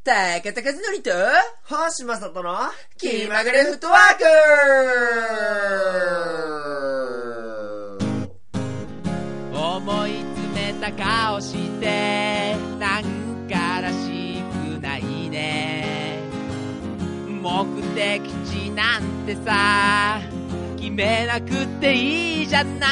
高田和則と星正人の気まぐれフットワーク。思い詰めた顔してなんからしくないね。目的地なんてさ決めなくていいじゃない。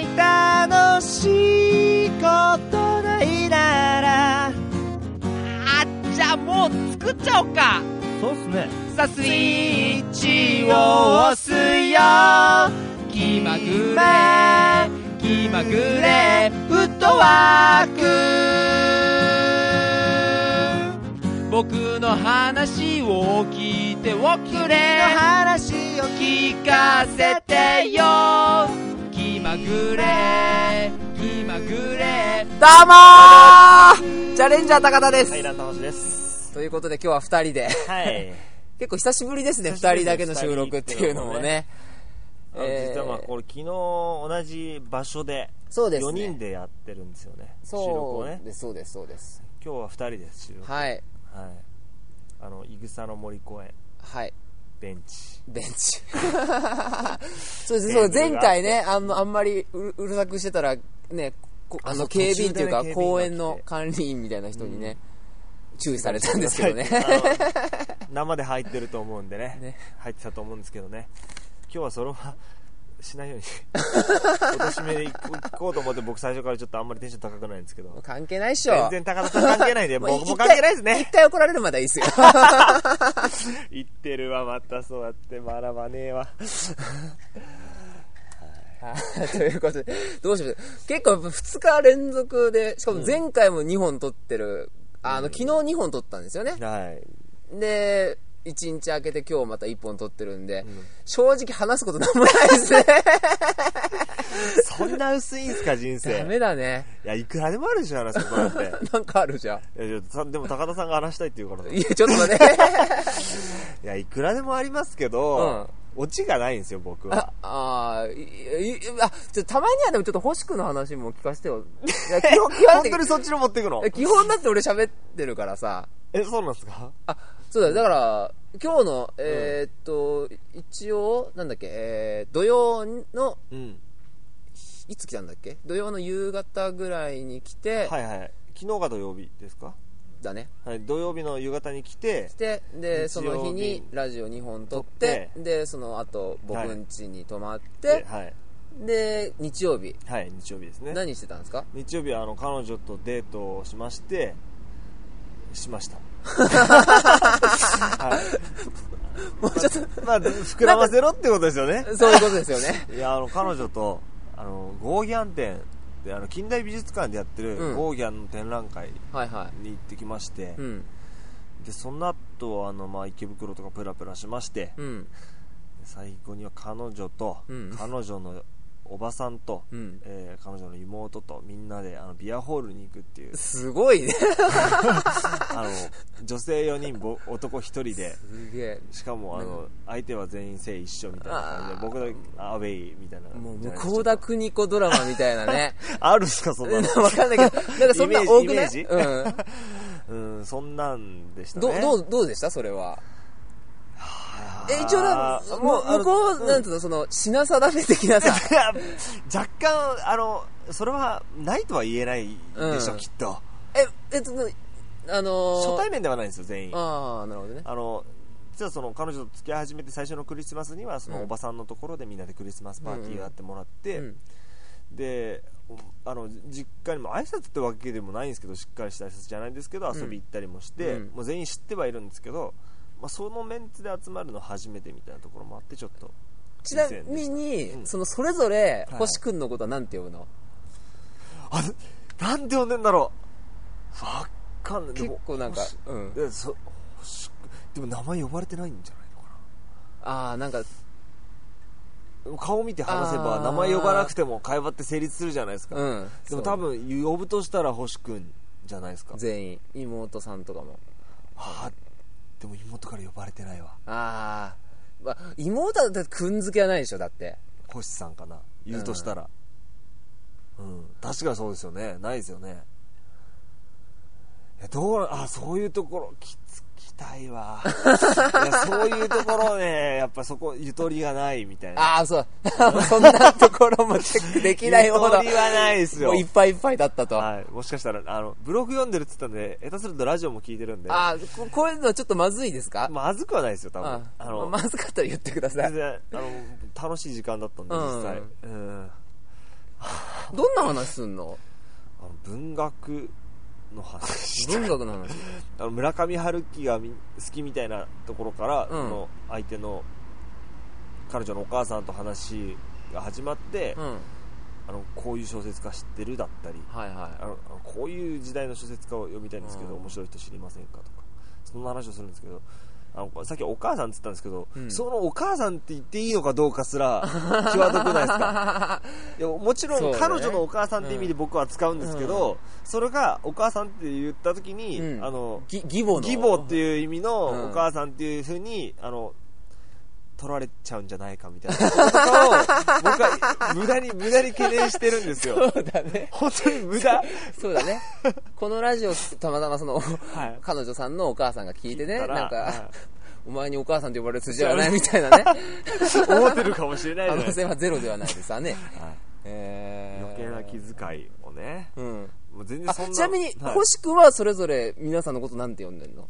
楽しいことないならじゃあもう作っちゃおうか。 そうっすね。 さあスイッチを押すよ。気まぐれ気まぐれフットワーク。僕の話を聞いておくれ。 話を聞かせてよ。気まぐれ気まぐれ。 どうもーチャレンジャー高田です。 はい、ランタン星です。 ということで今日は2人ではい結構久しぶりですね。2人だけの収録っていうのもね。 実はまあこれ昨日同じ場所でそうですね、 4人でやってるんですよね。収録をね。 そうですそうですそうです。 今日は2人です収録。 はいはい。いぐさの森公園。 はい。 ベンチ。 そうです。そう前回ねあんまりうるさくしてたらね、警備員っていうか公園の管理員みたいな人にね、注意されたんですけどね。 生で入ってると思うんでね入ってたと思うんですけどね。今日はそれはしないように落とし目で行こうと思って、僕最初からちょっとあんまりテンション高くないんですけど。 関係ないっしょ。 全然高田さん関係ないんで僕も関係ないですね。 一回怒られるまではいいっすよ。 言ってるわ、またそうやって学ばねえわ。 ということでどうしましょう。結構2日連続で、しかも前回も2本撮ってる、昨日2本撮ったんですよね。 はい。 で1日空けて今日また1本撮ってるんで、正直話すことなんもないですね。 そんな薄いんすか人生。 ダメだね。 いや、いくらでもあるでしょ話すことなんて。 なんかあるじゃん。 いやでも高田さんが話したいって言うからさ。 いやちょっと待って。 いや、いくらでもありますけど、オチがないんですよ僕は。 たまにはでもちょっと星君の話も聞かせてよ。いや本当にそっちの持っていくの？ 基本だって俺喋ってるからさ。 そうなんですか？ そうだ、だから今日の一応なんだっけ、土曜の、いつ来たんだっけ？土曜の夕方ぐらいに来て、 はいはい。昨日が土曜日ですか？ だね。 はい、土曜日の夕方に来て、 でその日にラジオ2本撮って、でその後僕ん家に泊まって、 はい。 で日曜日。 はい、日曜日ですね。 何してたんですか？日曜日は彼女とデートをしました。はい。もうちょっとまあ膨らませろってことですよね。 そういうことですよね。 いや、彼女とゴーギャン展で近代美術館でやってるゴーギャンの展覧会に行ってきまして、でその後池袋とかプラプラしまして、最後には彼女と、彼女のおばさんと、彼女の妹とみんなでビアホールに行くっていう。 すごいね。 女性4人男1人で、 すげえ。 しかも相手は全員性一緒みたいな感じで、僕だけアウェイみたいな。 もう向田邦子ドラマみたいなね。 あるんすかそんなの。 分かんないけど、なんかそんな多くね。 そんなんでしたね。 どうでしたそれは。一応向こうなんつうの、その品定め的なさ。 若干それはないとは言えないでしょ、きっと。初対面ではないんですよ全員。 ああ、なるほどね。 実はその彼女と付き合い始めて最初のクリスマスにはそのおばさんのところでみんなでクリスマスパーティーをやってもらって、で実家にも挨拶ってわけでもないんですけど、しっかりした挨拶じゃないんですけど遊び行ったりもして、もう全員知ってはいるんですけど、そのメンツで集まるの初めてみたいなところもあって、ちょっと。 ちなみに、それぞれ星くんのことはなんて呼ぶの？ なんて呼んでんだろう。わかんない。 結構なんか、 でも名前呼ばれてないんじゃないのかな。 なんか顔見て話せば名前呼ばなくても会話って成立するじゃないですか。でも多分呼ぶとしたら星くんじゃないですか。 全員妹さんとかも。 でも妹から呼ばれてないわ。 妹だってくん付けはないでしょ。だって星さんかな言うとしたら、確かにそうですよね。ないですよね。 そういうところきたいわいやそういうところねやっぱそこゆとりがないみたいな。 そうそんなところもチェックできないほどゆとりはないですよ。 もういっぱいいっぱいだったと。 はい、もしかしたらブログ読んでるって言ったんで下手するとラジオも聞いてるんで。 こういうのはちょっとまずいですか？ まずくはないですよ多分。 まずかったら言ってください。 全然楽しい時間だったんで実際。 どんな話すんの？ 文学の話。 文学の話。 村上春樹が好きみたいなところから、相手の彼女のお母さんと話が始まって、こういう小説家知ってるだったり、こういう時代の小説家を読みたいんですけど、面白い人知りませんかとか、そんな話をするんですけど、さっきお母さんって言ったんですけど、そのお母さんって言っていいのかどうかすら際どくないですか？いやもちろん彼女のお母さんって意味で僕は使うんですけど、それがお母さんって言った時に、義母っていう意味のお母さんっていう風に取られちゃうんじゃないかみたいなこととかを僕は無駄に懸念してるんですよ。 そうだね。 本当に無駄。 そうだね。このラジオたまたま彼女さんのお母さんが聞いてね、なんか、お前にお母さんと呼ばれる筋はないみたいなね思ってるかもしれないじゃないですか。 可能性はゼロではないですわね。 余計な気遣いをね。もう全然そんな。 ちなみに星君はそれぞれ皆さんのことなんて呼んでんの？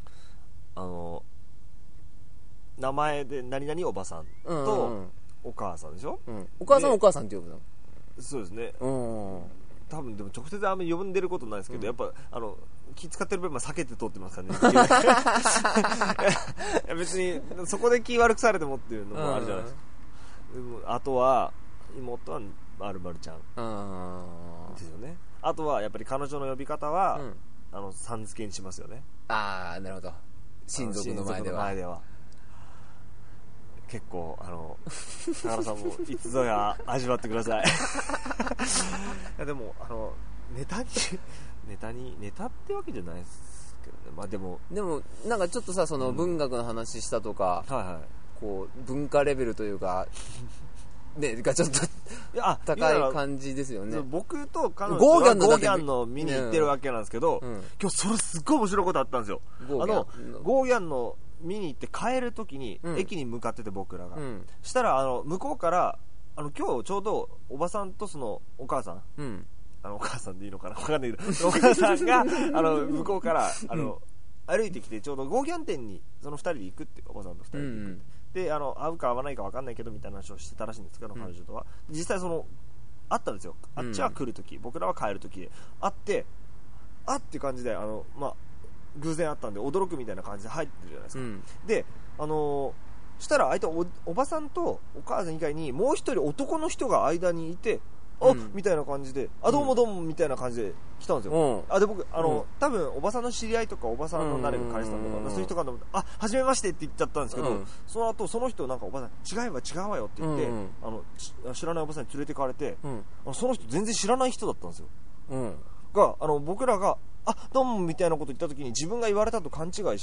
名前で何々おばさんとお母さんでしょ、 お母さんお母さんって呼ぶの？ そうですね。多分でも直接あんまり呼んでることないですけど、やっぱ気使ってる分避けて通ってますからねいや別にそこで気悪くされてもっていうのもあるじゃないですか。でもあとは妹はまるまるちゃんですよね。あとはやっぱり彼女の呼び方は、さん付けにしますよね。 なるほど。親族の前では結構高原さんもいつぞや味わってくださいいやでもネタってわけじゃないですけどね。でもなんかちょっとさ、その文学の話したとか、こう文化レベルというかねがちょっと高い感じですよね。 僕と彼女はゴーギャンの見に行ってるわけなんですけど、今日それすっごい面白いことあったんですよ。ゴーギャンの見に行って帰るときに、駅に向かってて僕らが、したら向こうから今日ちょうどおばさんとそのお母さん、お母さんでいいのかな分かんないけどお母さんが向こうから歩いてきて、ちょうどゴーギャン店にその2人で行くっておばさんと2人で行くって、で会うか会わないか分かんないけどみたいな話をしてたらしいんですけど、彼女とは実際会ったんですよ。あっちは来るとき、僕らは帰るときで会ってっていう感じで偶然あったんで驚くみたいな感じで入ってるじゃないですか、でしたら相手 おばさんとお母さん以外にもう一人男の人が間にいて、みたいな感じでどうもどうもみたいな感じで来たんですよ、で僕多分おばさんの知り合いとかおばさんの誰か彼氏さんとか、そういう人かと思って初めましてって言っちゃったんですけど、その後その人なんかおばさん違うわよって言って、知らないおばさんに連れてかれて、その人全然知らない人だったんですよ、が僕らがどうもみたいなこと言った時に自分が言われたと勘違いして、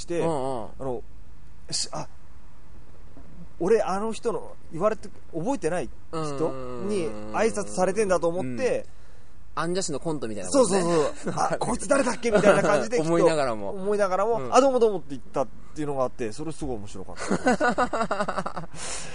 俺人の言われて覚えてない人に挨拶されてんだと思って、 アンジャッシュのコントみたいなことね。 そうこいつ誰だっけみたいな感じで思いながらも、 どうもどうもって言ったっていうのがあって、それすごい面白かった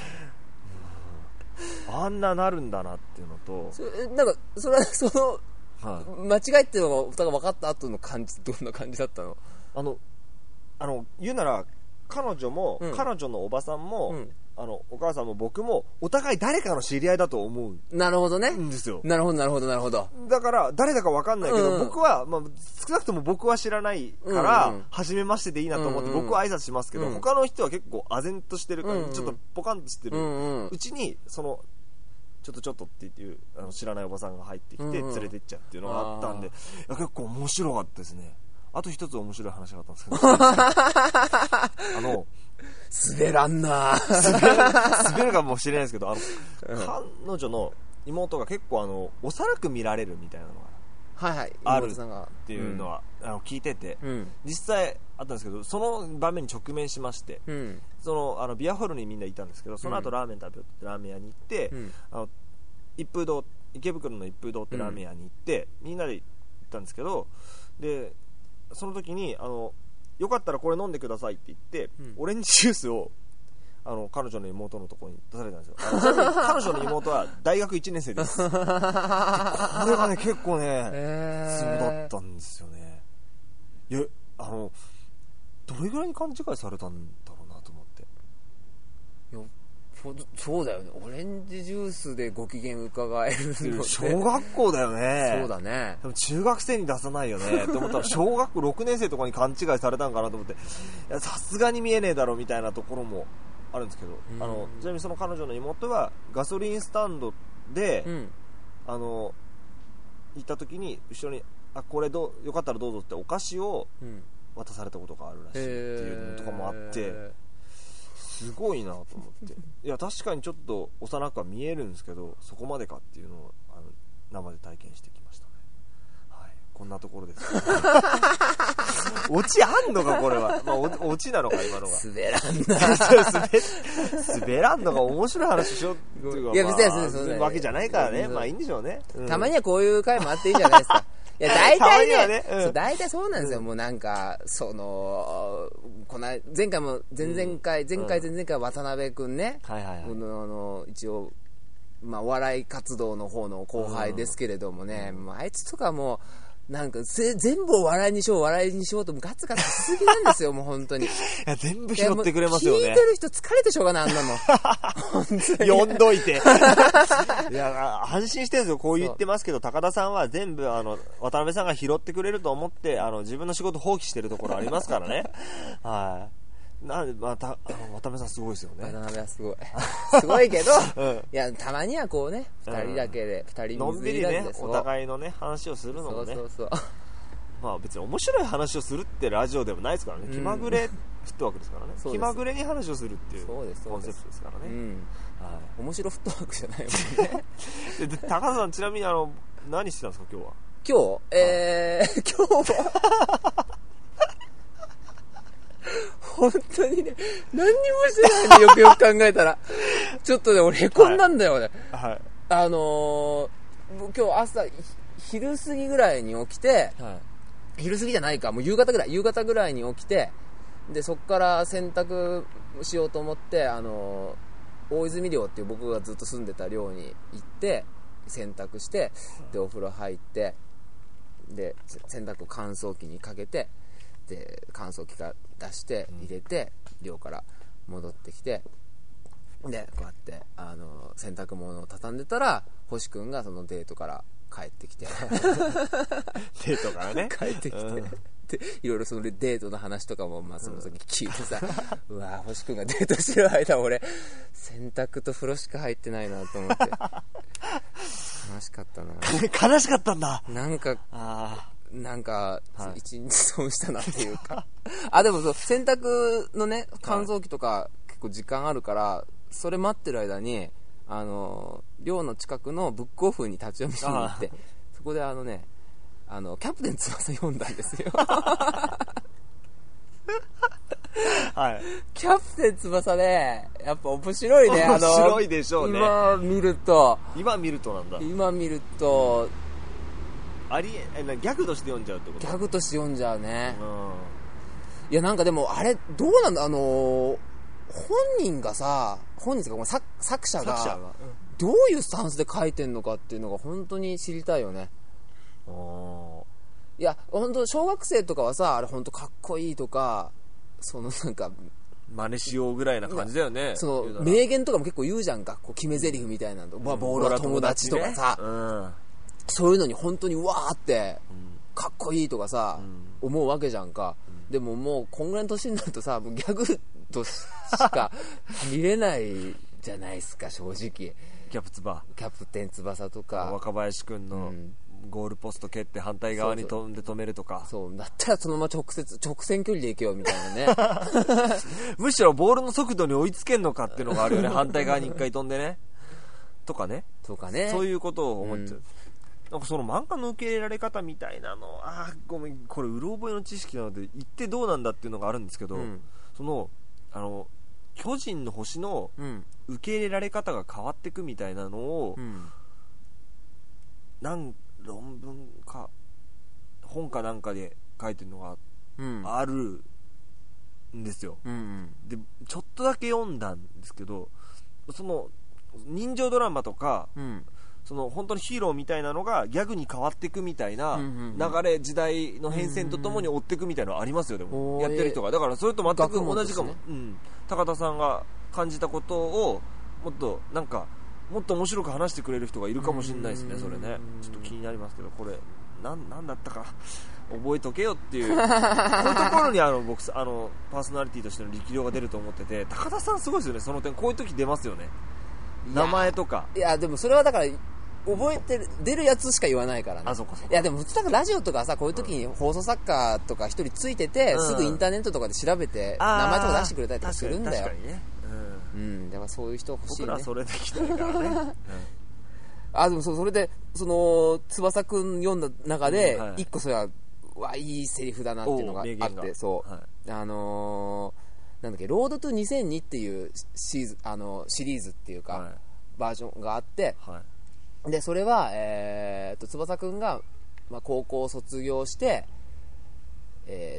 あんななるんだなっていうのと、 なんかそれは間違いっていうのが分かった後の感じ、どんな感じだったの？ 言うなら彼女も、彼女のおばさんも、お母さんも僕もお互い誰かの知り合いだと思う。 なるほどね。 んですよ。 なるほど。 だから誰だか分かんないけど、僕は、少なくとも僕は知らないから、初めましてでいいなと思って僕は挨拶しますけど、他の人は結構唖然としてるから、ちょっとポカンとしてる、うちにちょっとっていう知らないおばさんが入ってきて連れてっちゃうっていうのがあったんで、結構面白かったですね。あと一つ面白い話があったんですけど滑らんな滑るかもしれないですけど彼女の妹が結構おさらく見られるみたいなのがあるっていうのは聞いてて、実際あったんですけど、その場面に直面しまして、ビアホールにみんないたんですけど、その後ラーメン食べようってラーメン屋に行って、一風堂、池袋の一風堂ってラーメン屋に行って、みんなで行ったんですけど、でその時によかったらこれ飲んでくださいって言って、オレンジジュースを彼女の妹のところに出されたんですよ。ちなみに彼女の妹は大学1年生です。これがね結構ねツボだったんですよね。いやどれぐらいに勘違いされたんだろうなと思って。 いやそうだよね。オレンジジュースでご機嫌伺えるのって小学校だよね。 そうだね。 でも中学生に出さないよねって思ったら小学校6年生とかに勘違いされたんかなと思って、さすがに見えねえだろみたいなところもあるんですけど、ちなみにその彼女の妹はガソリンスタンドで、行った時に後ろにこれよかったらどうぞってお菓子を渡されたことがあるらしいっていうのとかもあって、すごいなと思っていや確かにちょっと幼くは見えるんですけど、そこまでかっていうのを生で体験してきましたね。はい、こんなところですオチあんのかこれは、オチなのか今のが滑らんな滑らんのか面白い話しようっていうか、 いや別にそうわけじゃないからね、いいんでしょうね、 たまにはこういう回もあっていいじゃないですか。いや大体ね、大体そうなんですよ。もうなんか前回も前々回渡辺くんね、一応お笑い活動の方の後輩ですけれどもね、あいつとかもなんか全部を笑いにしようとガツガツしすぎなんですよもう本当に。いや全部拾ってくれますよね。 聞いてる人疲れてしょうがないあんなの呼んどいていや安心してるんですよ。こう言ってますけど高田さんは全部渡辺さんが拾ってくれると思って自分の仕事放棄してるところありますからねはい。なんで渡辺さんすごいですよね。 渡辺はすごいけど、いやたまにはこうね2人だけで2人のんびりねお互いのね話をするのもね、そう別に面白い話をするってラジオでもないですからね、気まぐれフットワークですからね、気まぐれに話をするっていうコンセプトですからね、 面白フットワークじゃないもんねで高田さんちなみに何してたんですか今日は。 今日は本当にね何にもしてないんでよくよく考えたらちょっとね俺へこんだんだよね、今日朝昼過ぎぐらいに起きて、昼過ぎじゃないかもう夕方ぐらいに起きて、でそっから洗濯しようと思って大泉寮っていう僕がずっと住んでた寮に行って洗濯して、でお風呂入ってで洗濯を乾燥機にかけて、で乾燥機から出して入れて、寮から戻ってきて、でこうやって洗濯物を畳んでたら星くんがそのデートから帰ってきてデートからね帰ってきて、でいろいろそのデートの話とかもその時聞いてさ、うわ星くんがデートしてる間俺洗濯と風呂しか入ってないなと思って悲しかったな悲しかったんだ。 なんか一日損したなっていうかでも洗濯のね乾燥機とか結構時間あるからそれ待ってる間に寮の近くのブックオフに立ち読みしに行って、そこでキャプテン翼読んだんですよキャプテン翼ねやっぱ面白いね。 面白いでしょうね。 今見るとなんだ。 今見るとギャグとして読んじゃうってこと？ ギャグとして読んじゃうね。いやなんかでもあれどうなんだ本人が作者がどういうスタンスで書いてんのかっていうのが本当に知りたいよね。いや本当小学生とかはさあれ本当かっこいいとかなんか真似しようぐらいな感じだよね。 名言とかも結構言うじゃんか、こう決め台詞みたいなの、ボールは友達とかさ、そういうのに本当にうわーってかっこいいとかさ、思うわけじゃんか。でももうこんぐらいの年になるとさギャグとしか見れないじゃないですか正直。キャプテン翼とか若林くんのゴールポスト蹴って反対側に飛んで止めるとか、 そうだったらそのまま直線距離で行けよみたいなねむしろボールの速度に追いつけんのかっていうのがあるよね反対側に一回飛んでねとかねそういうことを思っちゃう、なんかその漫画の受け入れられ方みたいなのごめんこれうろ覚えの知識なので言ってどうなんだっていうのがあるんですけど、巨人の星の受け入れられ方が変わってくみたいなのを、論文か本かなんかで書いてるのがあるんですよ、でちょっとだけ読んだんですけど、その人情ドラマとか、その本当にヒーローみたいなのがギャグに変わっていくみたいな流れ、時代の変遷とともに追っていくみたいなのありますよ、でもやってる人が。だからそれと全く同じかも、高田さんが感じたことをもっとなんかもっと面白く話してくれる人がいるかもしれないですね。それねちょっと気になりますけど、これなんだったか覚えとけよっていうこういうところに僕パーソナリティとしての力量が出ると思ってて、高田さんすごいですよね、その点。こういう時出ますよね、名前とか。 いやでもそれはだから覚えてる出るやつしか言わないからね。 そうか。 いやでも普通なんかラジオとかさ、こういう時に放送作家とか一人ついてて、すぐインターネットとかで調べて名前とか出してくれたりとかするんだよ。 確かにね。 だからそういう人欲しいね。 僕らそれできないからね。 でもそれでその翼くん読んだ中で一個それはいいセリフだなっていうのがあって、そう、なんだっけ、ロードトゥ2002っていうシリーズっていうか、バージョンがあって、でそれは翼くんが、高校を卒業してリ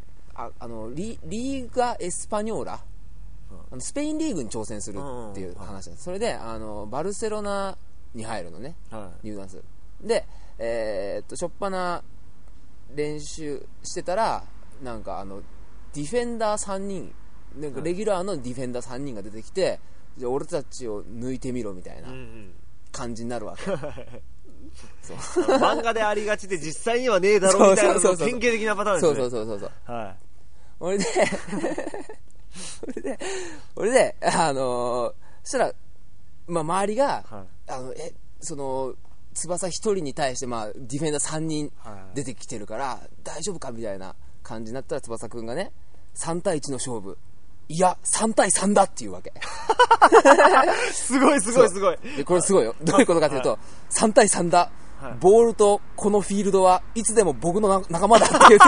ーガエスパニョーラ、スペインリーグに挑戦するっていう話なんです。それでバルセロナに入るのね、入団する。でしょっぱな練習してたら、なんかディフェンダー3人、なんかレギュラーのディフェンダー3人が出てきて、じゃあ俺たちを抜いてみろみたいな感じになるわけ。 そう漫画でありがちで実際にはねえだろみたいなの典型的なパターンですね。 そう俺でそしたら周りが、その翼一人に対してディフェンダー3人出てきてるから大丈夫かみたいな感じになったら、翼くんがね、3対1の勝負、いや3対3だっていうわけ。 すごいでこれすごいよ。どういうことかというと、3対3だ、ボールとこのフィールドはいつでも僕の仲間だって言って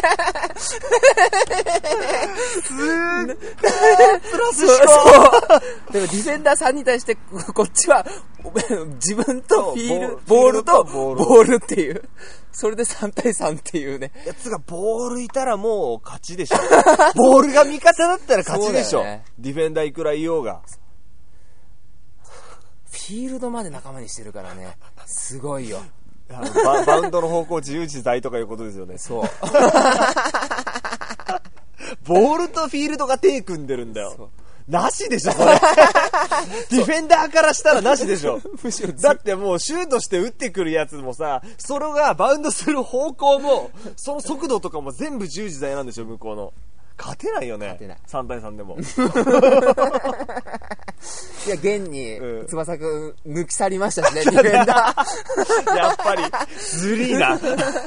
プラス思考。 でもディフェンダー3に対してこっちは自分とボールとボールっていう、それで3対3っていうね。 やつがボールいたらもう勝ちでしょ。ボールが味方だったら勝ちでしょ、ね、ディフェンダーいくらいようが。 フィールドまで仲間にしてるからね、すごいよ。 バウンドの方向自由自在とかいうことですよね。 そう。 ボールとフィールドが手組んでるんだよ。なしでしょそれ。ディフェンダーからしたらなしでしょ。だってもうシュートして打ってくるやつもさ、それがバウンドする方向もその速度とかも全部自由自在なんでしょ、向こうの。勝てないよね。 勝てない。 3対3でも。 いや、現に、翼くん抜き去りましたしね、ディフェンダー。 やっぱり、ずりーな。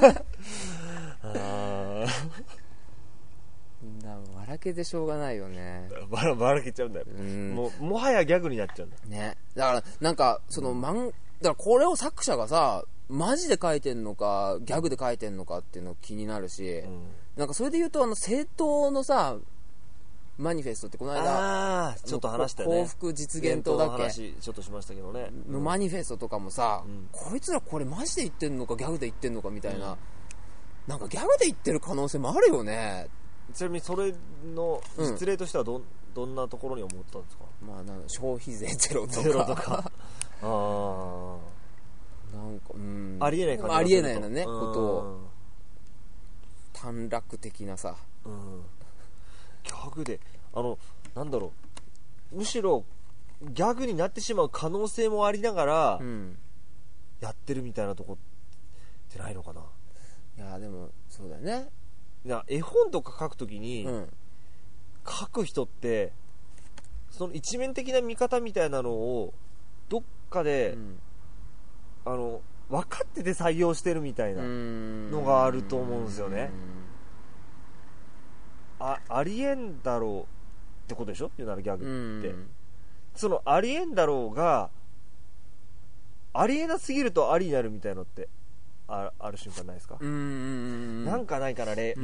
笑けてしょうがないよね。 笑けちゃうんだよ。もはやギャグになっちゃうんだよ。 ね。だから、なんか、だからこれを作者がさ、マジで書いてんのか、ギャグで書いてんのかっていうの気になるし、なんかそれで言うと政党のさマニフェストってこの間ちょっと話したよね。 幸福実現党だっけ、 話ちょっとしましたけどね、 のマニフェストとかもさ、こいつらこれマジで言ってんのかギャグで言ってんのかみたいな、なんかギャグで言ってる可能性もあるよね。 ちなみにそれの実例としてはどんなところに思ったんですか。 消費税ゼロとかなんかありえない感じ、 ありえないようなねことを短絡的なさ、 ギャグでなんだろう、むしろギャグになってしまう可能性もありながら、やってるみたいなとこってないのかな。 いやでもそうだよね。 絵本とか書くときに、書く人ってその一面的な見方みたいなのをどっかで、分かってて採用してるみたいなのがあると思うんですよね。ありえんだろうってことでしょっていうならギャグって、そのありえんだろうがありえなすぎるとありになるみたいなのってある瞬間ないですか。なんかないかな、例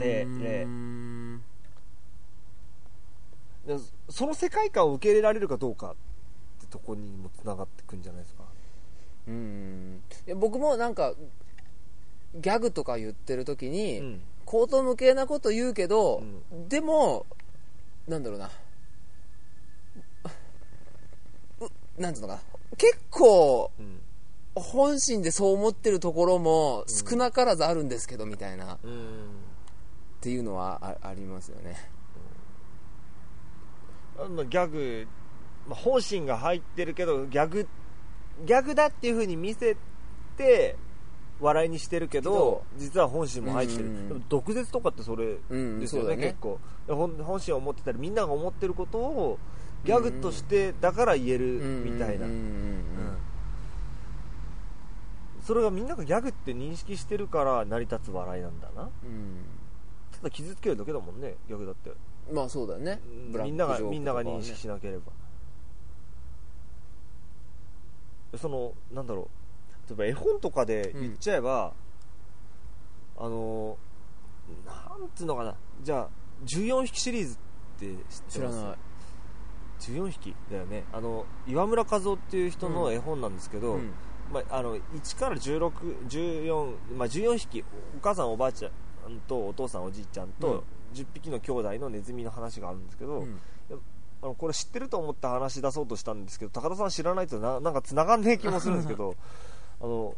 その世界観を受け入れられるかどうかってとこにもつながってくんじゃないですか。 いや僕もなんかギャグとか言ってる時に、 口頭無形なこと言うけど、でもなんだろうな、なんていうのかな、結構、本心でそう思ってるところも少なからずあるんですけどみたいな、っていうのは ありますよね。 ギャグ、本心が入ってるけどギャグだっていう風に見せて笑いにしてるけど実は本心も入ってる、でも毒舌とかってそれですよね、結構本心を持ってたりみんなが思ってることをギャグとしてだから言えるみたいな、それがみんながギャグって認識してるから成り立つ笑いなんだな、ただ傷つけるだけだもんね、ギャグだって。 まあそうだよね、 みんなが認識しなければ。なんだろう、例えば絵本とかで言っちゃえば、なんつうのかな、じゃあ14匹シリーズって知ってます？ 知らない。 14匹だよね。岩村和夫っていう人の絵本なんですけど、1から16、14、14匹、お母さんおばあちゃんとお父さんおじいちゃんと10匹の兄弟のネズミの話があるんですけど、これ知ってると思って話し出そうとしたんですけど、高田さん知らないとなんか繋がんねえ気もするんですけどお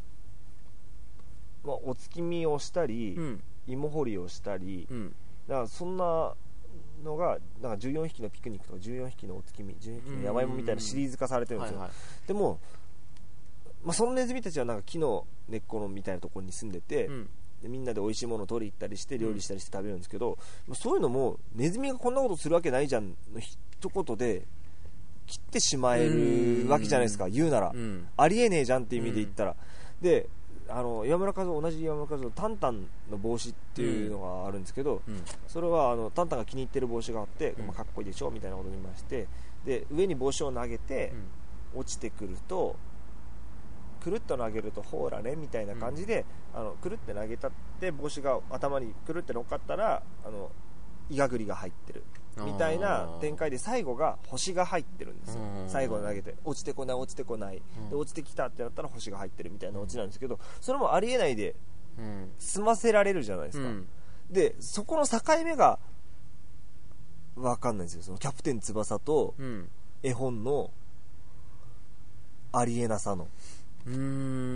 月見をしたり、芋掘りをしたり、だからそんなのがなんか14匹のピクニックとか14匹のお月見、14匹の山芋みたいなシリーズ化されてるんですよ、でも、そのネズミたちはなんか木の根っこのみたいなところに住んでて、でみんなで美味しいものを取り行ったりして料理したりして食べるんですけど、そういうのもネズミがこんなことするわけないじゃんの一言で切ってしまえるわけじゃないですか、言うなら、ありえねえじゃんっていう意味で言ったら、で岩村和夫、同じ岩村和夫のタンタンの帽子っていうのがあるんですけど、それはタンタンが気に入ってる帽子があって、かっこいいでしょみたいなことを言いまして、で上に帽子を投げて、落ちてくるとくるっと投げるとほーらねみたいな感じで、くるって投げたって帽子が頭にくるって乗っかったらイガグリが入ってるみたいな展開で、最後が星が入ってるんですよ。最後投げて落ちてこない落ちてこない、で落ちてきたってなったら星が入ってるみたいなオチなんですけど、それもありえないで済ませられるじゃないですか、でそこの境目が分かんないんですよ、そのキャプテン翼と絵本のありえなさの。 キャ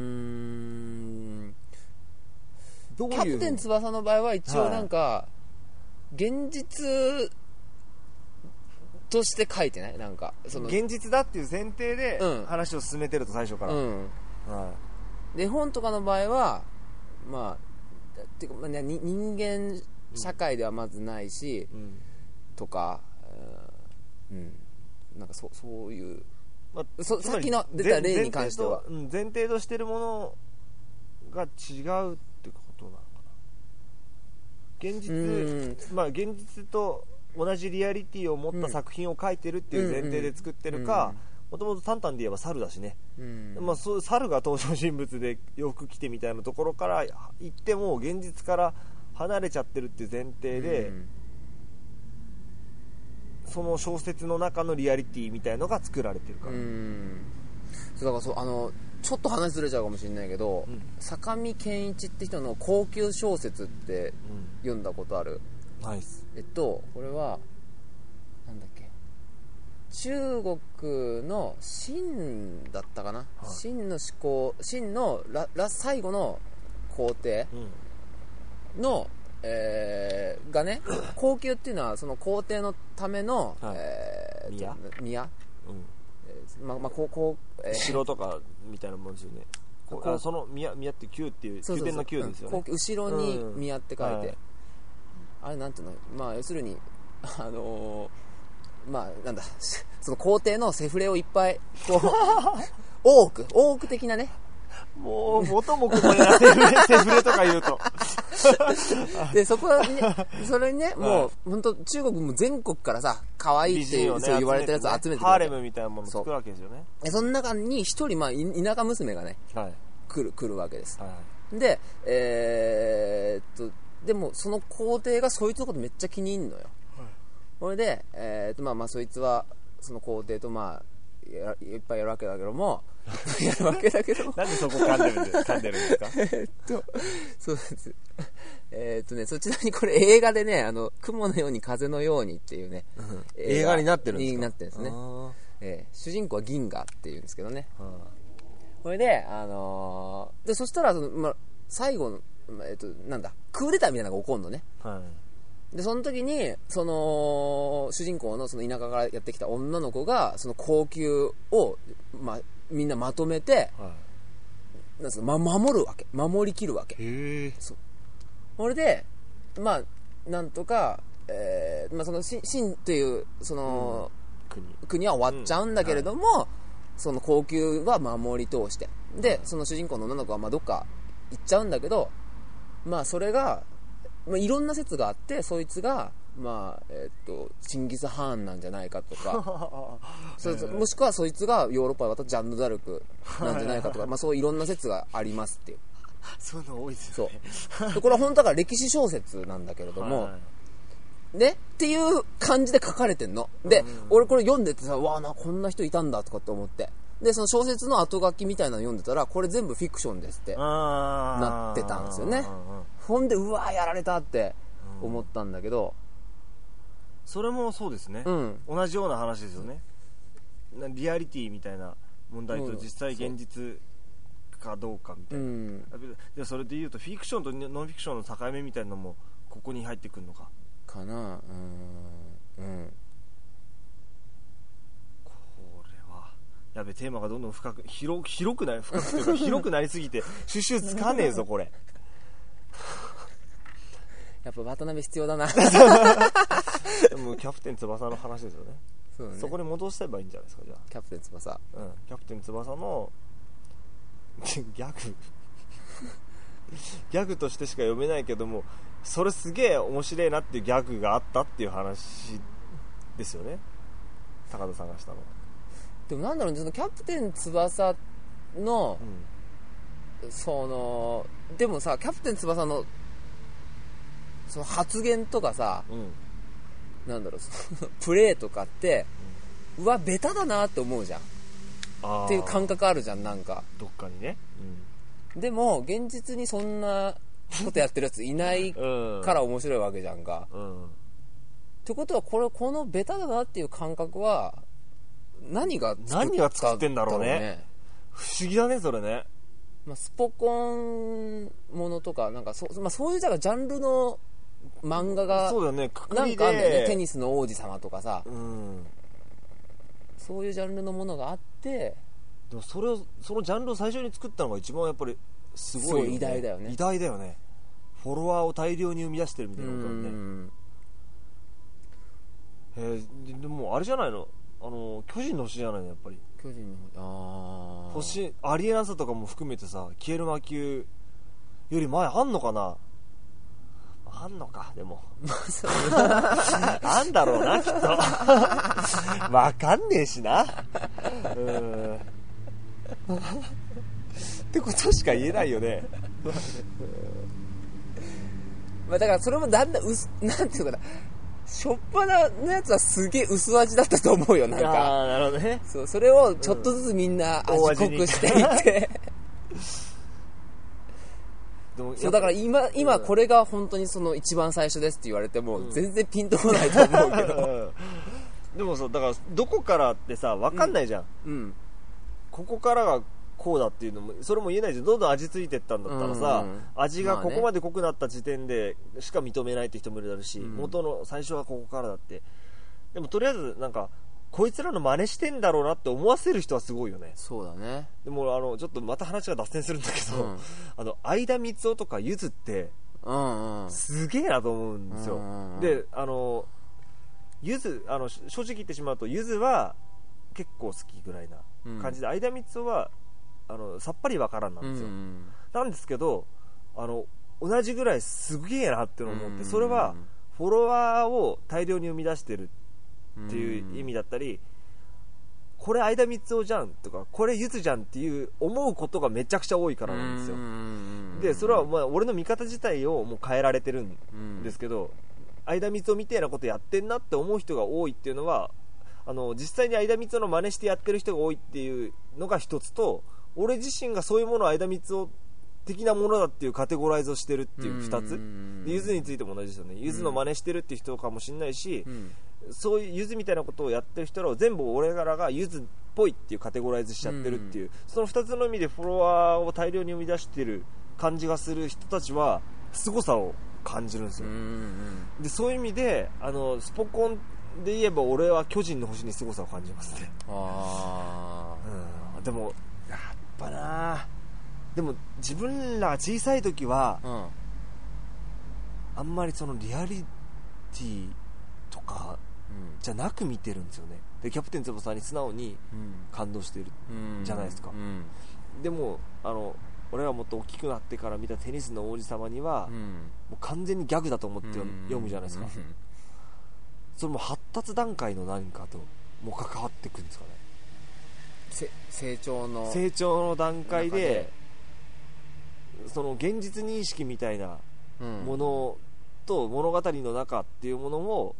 プテン翼の場合は一応なんか、現実として書いてない、なんかその現実だっていう前提で話を進めてると、最初から、 で本とかの場合はてか、人間社会ではまずないし、とか、なんかそういう、さっきの出た例に関しては前提としてるものが違うってことなのかな。現実と同じリアリティを持った作品を書いてるっていう前提で作ってるか、もともとタンタンで言えば猿だしね、そういう猿が登場人物で洋服着てみたいなところから言っても現実から離れちゃってるっていう前提で、その小説の中のリアリティみたいのが作られてるから。 だからちょっと話ずれちゃうかもしれないけど、坂見健一って人の高級小説って読んだことある？ ないっす。 これはなんだっけ、中国の秦だったかな、秦の思考、秦の最後の皇帝の、がね、高級っていうのはその皇帝のための、宮、 城とかみたいなもんですよね。その宮って宮っていう宮殿の宮ですよね。 後ろに宮って書いて、あれなんていうの、要するになんだその皇帝のセフレをいっぱいこう多く的なね、 もう元も子もやセフレとか言うとでそこはね、それにね、もう本当中国も全国からさ、可愛いっていう、そう言われたやつを集めてハーレムみたいなものを作るわけですよね。 その中に一人、田舎娘がね、来るわけです、ででもその皇帝がそいつのことめっちゃ気に入んのよ、それでそいつはその皇帝といっぱいやるわけだけども、 やるわけだけどなんでそこ噛んでるんですかそうですそちらにこれ映画でね雲のように風のようにっていうね、 映画になってるんですか？ になってるんですね。主人公は銀河っていうんですけどね、これででそしたら最後の、なんだクーデターみたいなのが起こるのね、でその時にその主人公のその田舎からやってきた女の子がその高級を、みんなまとめて、なんすか守るわけ、守りきるわけ。そうそれでなんとか、その秦というその、国は終わっちゃうんだけれども、その高級は守り通してでその主人公の女の子はどっか行っちゃうんだけど、それがいろんな説があって、そいつがチンギス・ハーンなんじゃないかとかもしくはそいつがヨーロッパで渡ったジャンヌ・ダルクなんじゃないかとかそういろんな説がありますっていうそういうの多いですよね。 そうこれは本当だから歴史小説なんだけれども、ねっていう感じで書かれてんので、俺これ読んでてさ、わあこんな人いたんだとかって思って、でその小説の後書きみたいなの読んでたら、これ全部フィクションですってなってたんですよね。ほんでうわーやられたって思ったんだけど、 それもそうですね、同じような話ですよね。リアリティみたいな問題と実際現実かどうかみたいな、でそれでいうとフィクションとノンフィクションの境目みたいなのもここに入ってくるのかな。 これはやべ、テーマがどんどん広くなり深くというか広くなりすぎて収集つかねえぞこれやっぱ渡辺必要だなでもキャプテン翼の話ですよね。そうだね、そこに戻せばいいんじゃないですか。じゃあキャプテン翼、 キャプテン翼のギャグとしてしか読めないけども、それすげえ面白いなっていうギャグがあったっていう話ですよね、高田さんがしたの。 でもなんだろう、そのキャプテン翼の、そのでもさ、キャプテン翼のその発言とかさ、なんだろう、そのプレーとかって、うわベタだなって思うじゃんっていう感覚あるじゃん、なんかどっかにね、 でも現実にそんなことやってるやついないから面白いわけじゃんか、ってことはこのベタだなっていう感覚は何が作ってんだろうね。不思議だねそれね。 スポコンものとかなんかそういうジャンルの漫画がそうだね、 なんかあるんだよね。テニスの王子様とかさ、そういうジャンルのものがあって、 でもそのジャンルを最初に作ったのが一番やっぱりすごいよね。 偉大だよね。 偉大だよね。フォロワーを大量に生み出してるみたいなことだね。でもあれじゃないの、巨人の星じゃないの、やっぱり巨人の星、アリエナスとかも含めてさ、消える魔球より前あんのかな。あんのか、でもあんだろうなきっとわかんねえしなってことしか言えないよねだからそれもだんだんなんていうかな、しょっぱなのやつはすげえ薄味だったと思うよ、なんか。 なるほどね。 それをちょっとずつみんな味濃くしていってそうだから今これが本当にその一番最初ですって言われても全然ピンとこないと思うけどでもだからどこからってさ分かんないじゃん、ここからがこうだっていうのもそれも言えないじゃん。どんどん味ついてったんだったらさ、味がここまで濃くなった時点でしか認めないって人もいるだろうし、元の最初はここからだって。でもとりあえずなんかこいつらの真似してんだろうなって思わせる人はすごいよね。 そうだね。 でもちょっとまた話が脱線するんだけど、相田光雄とかゆずって、すげえなと思うんですよ。でゆず正直言ってしまうとゆずは結構好きぐらいな感じで、相田光雄はさっぱりわからんなんですよ、なんですけど同じぐらいすげえなって思って、それはフォロワーを大量に生み出してるっていう意味だったり、これ相田光雄じゃんとかこれゆずじゃんっていう思うことがめちゃくちゃ多いからなんですよ。でそれは俺の見方自体をもう変えられてるんですけど、相田光雄みたいなことやってんなって思う人が多いっていうのは実際に相田光雄の真似してやってる人が多いっていうのが一つと、俺自身がそういうものを相田光雄的なものだっていうカテゴライズをしてるっていう二つで、ゆずについても同じですよね。ゆずの真似してるっていう人かもしれないし、そういうゆずみたいなことをやってる人らを全部俺らがゆずっぽいっていうカテゴライズしちゃってるっていう、その二つの意味でフォロワーを大量に生み出してる感じがする人たちは凄さを感じるんですよ。でそういう意味でスポコンで言えば俺は巨人の星に凄さを感じますね。でもやっぱな、でも自分らが小さい時は、あんまりそのリアリティとかじゃなく見てるんですよね。でキャプテン翼に素直に感動してるじゃないですか。でも俺がもっと大きくなってから見たテニスの王子様には、もう完全にギャグだと思って読むじゃないですか。それも発達段階の何かとも関わってくるんですかね。 成長の段階でその現実認識みたいなものと物語の中っていうものを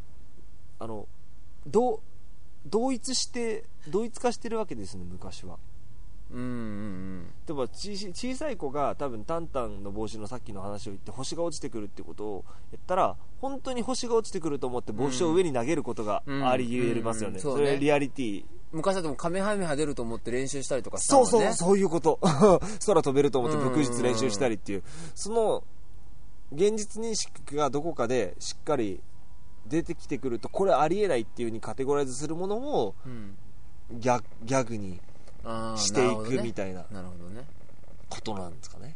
同一化してるわけですね、昔は。例えば小さい子が多分タンタンの帽子のさっきの話を言って星が落ちてくるってことを言ったら、本当に星が落ちてくると思って帽子を上に投げることがあり得ますよね。それリアリティ。 昔だともカメハメハ出ると思って練習したりとかしたもんね。 そういうこと空飛べると思って武術練習したりっていう、その現実認識がどこかでしっかり出てきてくると、これありえないっていう風にカテゴライズするものをギャグにしていくみたいなことなんですかね。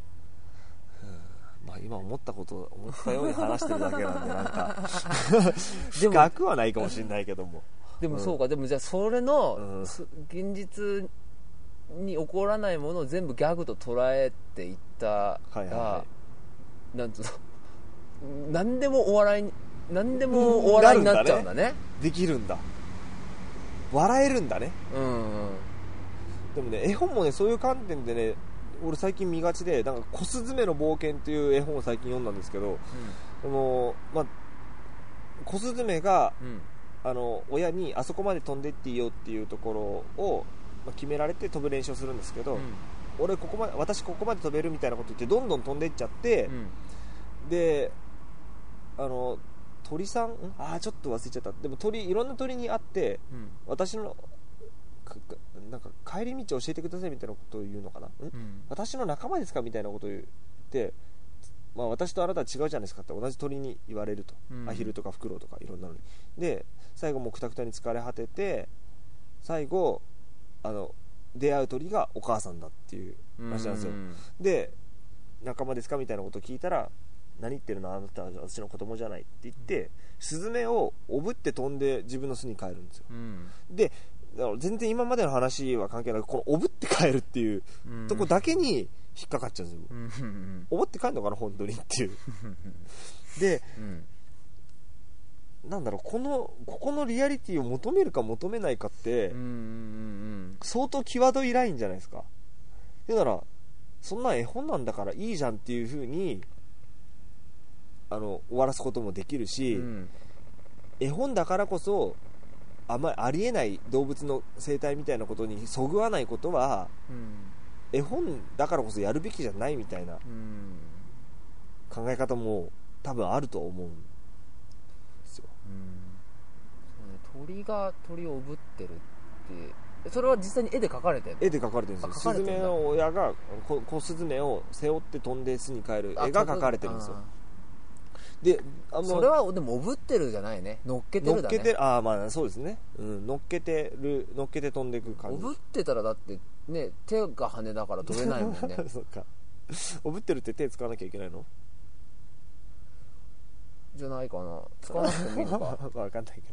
まあ、今思ったように話してるだけなんでなんか深くはないかもしれないけども、 でもそうか、でもじゃあそれの現実に起こらないものを全部ギャグと捉えていったら、なんつうの、何でもお笑いになっちゃうんだね。 できるんだ、笑えるんだね。でもね、絵本もね、そういう観点でね、俺最近見がちで、なんかコスズメの冒険っていう絵本を最近読んだんですけど、コスズメが、親にあそこまで飛んでっていいよっていうところを、決められて飛ぶ練習をするんですけど、私ここまで飛べるみたいなこと言ってどんどん飛んでいっちゃって、で鳥さんちょっと忘れちゃった。でもいろんな鳥に会って、私のなんか帰り道を教えてくださいみたいなことを言うのかな、私の仲間ですかみたいなことを言って、私とあなたは違うじゃないですかって同じ鳥に言われると、アヒルとかフクロウとかいろんなのに。で最後もうクタクタに疲れ果てて、最後出会う鳥がお母さんだっていう話なんですよ。で仲間ですかみたいなことを聞いたら、何言ってるの、あなたは私の子供じゃないって言って、スズメをおぶって飛んで自分の巣に帰るんですよ。でだから全然今までの話は関係なく、このおぶって帰るっていうとこだけに引っかかっちゃうんですよ。おぶって帰るのかな本当にっていうで、なんだろう、ここのリアリティを求めるか求めないかって相当際どいラインじゃないですか。だからそんな絵本なんだからいいじゃんっていう風に終わらすこともできるし、絵本だからこそありえない動物の生態みたいなことにそぐわないことは、絵本だからこそやるべきじゃないみたいな考え方も多分あると思うんですよ。 鳥が鳥をおぶってるって、それは実際に絵で描かれてるの？ 絵で描かれてるんですよ。スズメの親が子スズメを背負って飛んで巣に帰る絵が描かれてるんですよ。でそれはでもおぶってるじゃないね、乗っけてるだね。 そうですね、乗っけて飛んでいく感じ。 おぶってたらだってね、手が羽だから飛べないもんねそっか、おぶってるって手使わなきゃいけないのじゃないかな、使わなくてもいいのか分かんない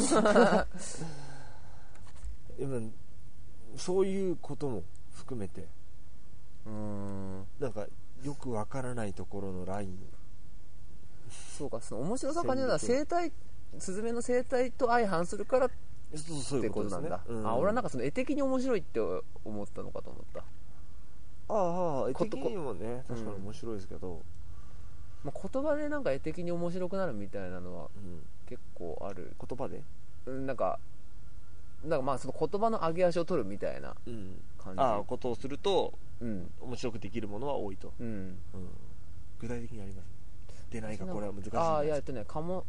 けどそういうことも含めてなんかよくわからないところのライン、 そうか、その面白さ感じるのはスズメの生態と相反するからってことなんだ。俺はなんかその絵的に面白いって思ったのかと思った。 絵的にもね確かに面白いですけど、 言葉でなんか絵的に面白くなるみたいなのは結構ある。 言葉でなんかまあその言葉の上げ足を取るみたいな感じ、 ことをすると、面白くできるものは多いと、具体的にあります？出ないか、これは難しい。 いや鴨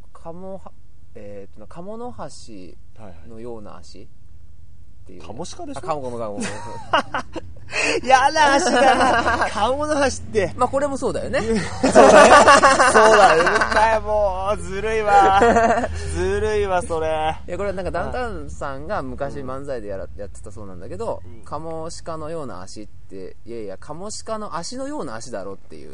の橋のような足っていう、 カモシカでしょ。 カモやだ足だな。カモの橋って。 まあこれもそうだよね。 そうだよ。もうずるいわ。それ。 いやこれはなんかダウンタウンさんが昔漫才でやってたそうなんだけど、カモシカのような足って、いやいやカモシカの足のような足だろっていう。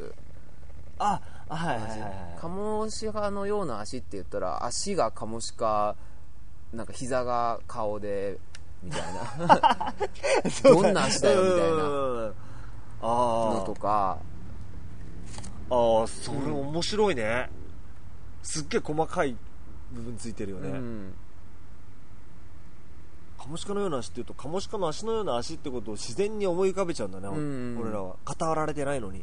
カモシカのような足って言ったら、足がカモシカ、なんか膝が顔でみたいなどんな足だよみたいなのとか。 それ面白いね。すっげえ細かい部分ついてるよね。カモシカのような足って言うと、カモシカの足のような足ってことを自然に思い浮かべちゃうんだね、俺らは。語られてないのに。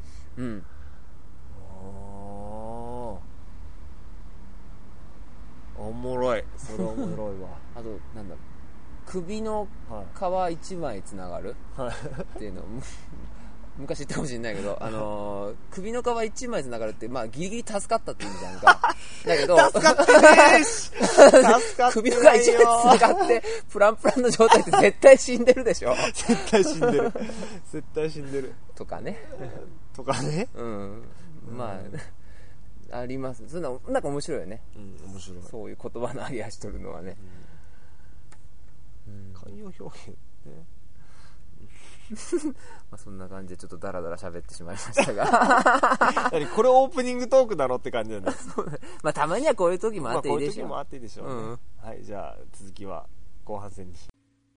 おもろい。それはおもろいわ。 あとなんだろう、首の皮一枚つながるっていうのを昔言ったかもしれないけど、首の皮一枚つながるって、まあギリギリ助かったって意味じゃんか。だけど助かってねえし首の皮一枚つながってプランプランの状態って絶対死んでるでしょ。 絶対死んでるとかねまああります。そんななんか面白いよね。 面白い。 そういう言葉の上げ足取るのはね。 慣用表現ね。 まあそんな感じでちょっとダラダラ喋ってしまいましたがこれオープニングトークだろって感じなんだ。 まあたまにはこういう時もあっていいでしょ。 はい、じゃあ続きは後半戦に。